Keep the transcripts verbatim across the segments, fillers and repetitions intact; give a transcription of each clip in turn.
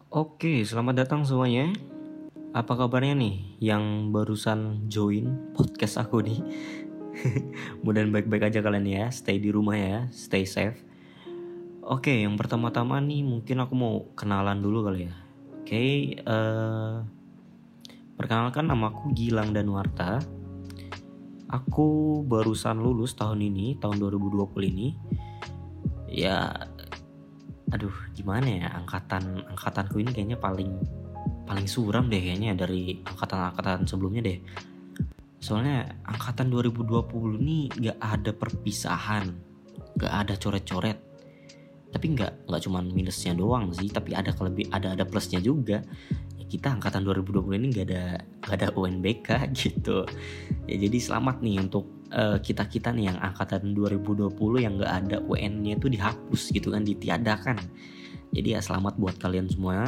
Oke, selamat datang semuanya. Apa kabarnya nih yang barusan join podcast aku nih? Mudah-mudahan baik-baik aja kalian ya. Stay di rumah ya, stay safe. Oke, yang pertama-tama nih mungkin aku mau kenalan dulu kali ya. Oke, eh perkenalkan nama aku Gilang Danuarta. Aku barusan lulus tahun ini, tahun dua ribu dua puluh ini. Ya, aduh gimana ya, angkatan angkatanku ini kayaknya paling paling suram deh kayaknya dari angkatan-angkatan sebelumnya deh. Soalnya angkatan dua ribu dua puluh ini gak ada perpisahan, gak ada coret-coret. Tapi gak, gak cuma minusnya doang sih, tapi ada kelebih, ada ada plusnya juga. Ya, kita angkatan dua ribu dua puluh ini gak ada gak ada U N B K gitu. Ya jadi selamat nih untuk uh, kita-kita nih yang angkatan dua ribu dua puluh yang gak ada U N-nya itu dihapus gitu kan, ditiadakan. Jadi ya selamat buat kalian semua.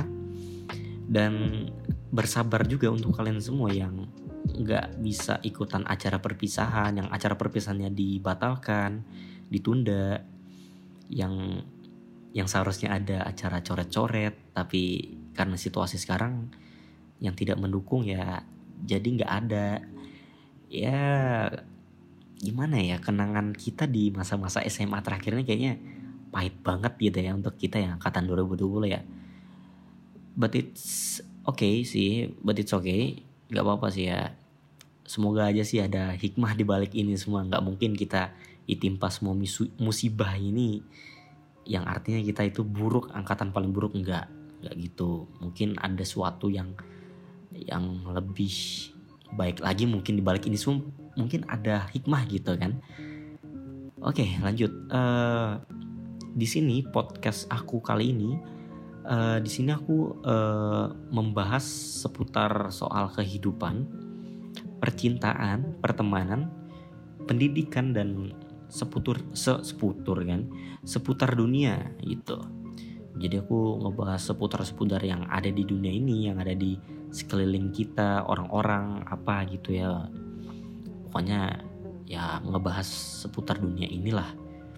Dan bersabar juga untuk kalian semua yang gak bisa ikutan acara perpisahan, yang acara perpisahannya dibatalkan, ditunda, yang yang seharusnya ada acara coret-coret, tapi karena situasi sekarang yang tidak mendukung ya jadi gak ada. Ya gimana ya, kenangan kita di masa-masa S M A terakhirnya kayaknya pahit banget gitu ya untuk kita yang angkatan dua ribu dua puluh ya. But it's okay sih, but it's okay, gak apa-apa sih ya. Semoga aja sih ada hikmah di balik ini semua. Gak mungkin kita ditimpa semua misu- musibah ini yang artinya kita itu buruk, angkatan paling buruk. Enggak, enggak gitu. Mungkin ada sesuatu yang yang lebih baik lagi mungkin di balik ini semua. Mungkin ada hikmah gitu kan. Oke, lanjut. Uh, di sini podcast aku kali ini, uh, di sini aku uh, membahas seputar soal kehidupan, percintaan, pertemanan, pendidikan dan seputar se, seputar kan, seputar dunia gitu. Jadi aku ngebahas seputar-seputar yang ada di dunia ini, yang ada di sekeliling kita, orang-orang apa gitu ya. Pokoknya ya ngebahas seputar dunia inilah.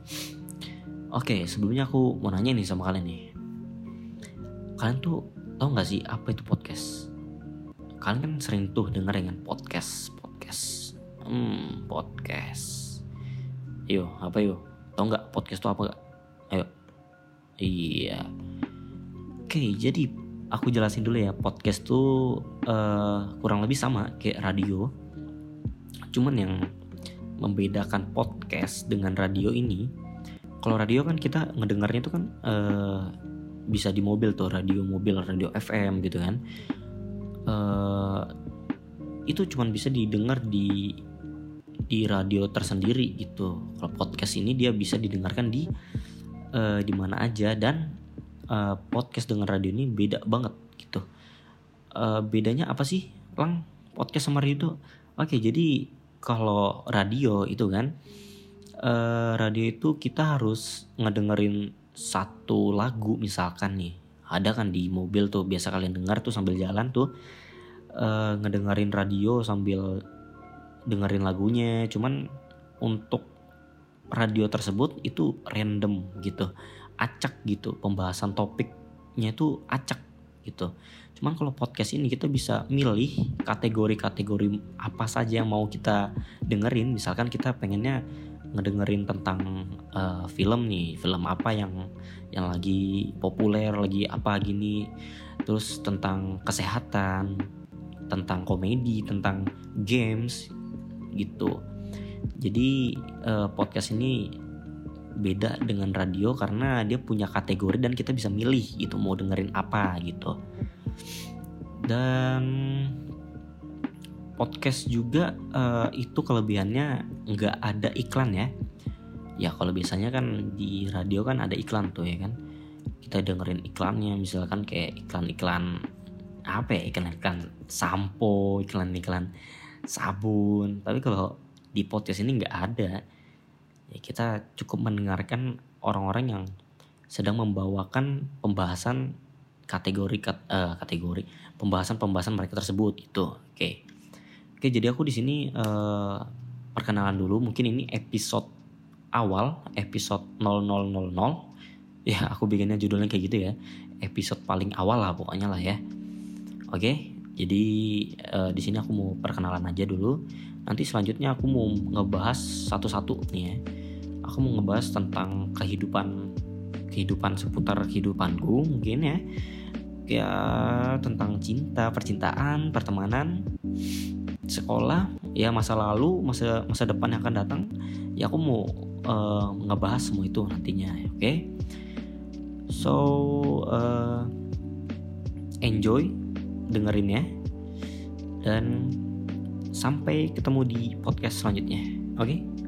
Oke, sebelumnya aku mau nanya nih sama kalian nih. Kalian tuh tahu nggak sih apa itu podcast? Kalian kan sering tuh denger kan podcast, podcast, hmm, podcast. Yo, apa yo? Tahu nggak podcast itu apa nggak? Ayo. Iya. Oke, jadi aku jelasin dulu ya. Podcast tuh uh, kurang lebih sama kayak radio. Cuman yang membedakan podcast dengan radio ini, kalau radio kan kita ngedengarnya itu kan uh, bisa di mobil tuh, radio mobil, radio F M gitu kan. Uh, itu cuman bisa didengar di di radio tersendiri gitu. Kalau podcast ini dia bisa didengarkan di uh, di mana aja, dan uh, podcast dengan radio ini beda banget gitu. Uh, bedanya apa sih, Lang? Podcast sama radio? Oke, jadi kalau radio itu kan, uh, radio itu kita harus ngedengerin satu lagu misalkan nih. Ada kan di mobil tuh biasa kalian dengar tuh sambil jalan tuh, uh, ngedengerin radio sambil dengerin lagunya. Cuman untuk radio tersebut itu random gitu, acak gitu, pembahasan topiknya itu acak gitu. Cuman kalau podcast ini kita bisa milih kategori-kategori apa saja yang mau kita dengerin. Misalkan kita pengennya ngedengerin tentang uh, film nih, film apa yang yang lagi populer, lagi apa gini. Terus tentang kesehatan, tentang komedi, tentang games gitu. Jadi uh, podcast ini beda dengan radio karena dia punya kategori dan kita bisa milih gitu mau dengerin apa gitu. Dan podcast juga uh, itu kelebihannya nggak ada iklan ya. Ya kalau biasanya kan di radio kan ada iklan tuh ya kan. Kita dengerin iklannya misalkan kayak iklan-iklan apa ya, iklan-iklan sampo, iklan-iklan sabun. Tapi kalau di podcast ini nggak ada. Ya kita cukup mendengarkan orang-orang yang sedang membawakan pembahasan kategori uh, kategori pembahasan-pembahasan mereka tersebut gitu. Oke. Oke, jadi aku di sini uh, perkenalan dulu. Mungkin ini episode awal, episode nol nol nol nol. Ya, aku bikinnya judulnya kayak gitu ya. episode paling awal lah pokoknya lah ya. Oke, jadi uh, di sini aku mau perkenalan aja dulu. Nanti selanjutnya aku mau ngebahas satu-satu nih ya. Aku mau ngebahas tentang kehidupan kehidupan seputar kehidupanku mungkin ya. Ya tentang cinta, percintaan, pertemanan, sekolah, ya masa lalu, masa masa depan yang akan datang. Ya aku mau uh, ngebahas semua itu nantinya, oke? Okay? So uh, enjoy dengerin ya. Dan sampai ketemu di podcast selanjutnya. Oke? Okay?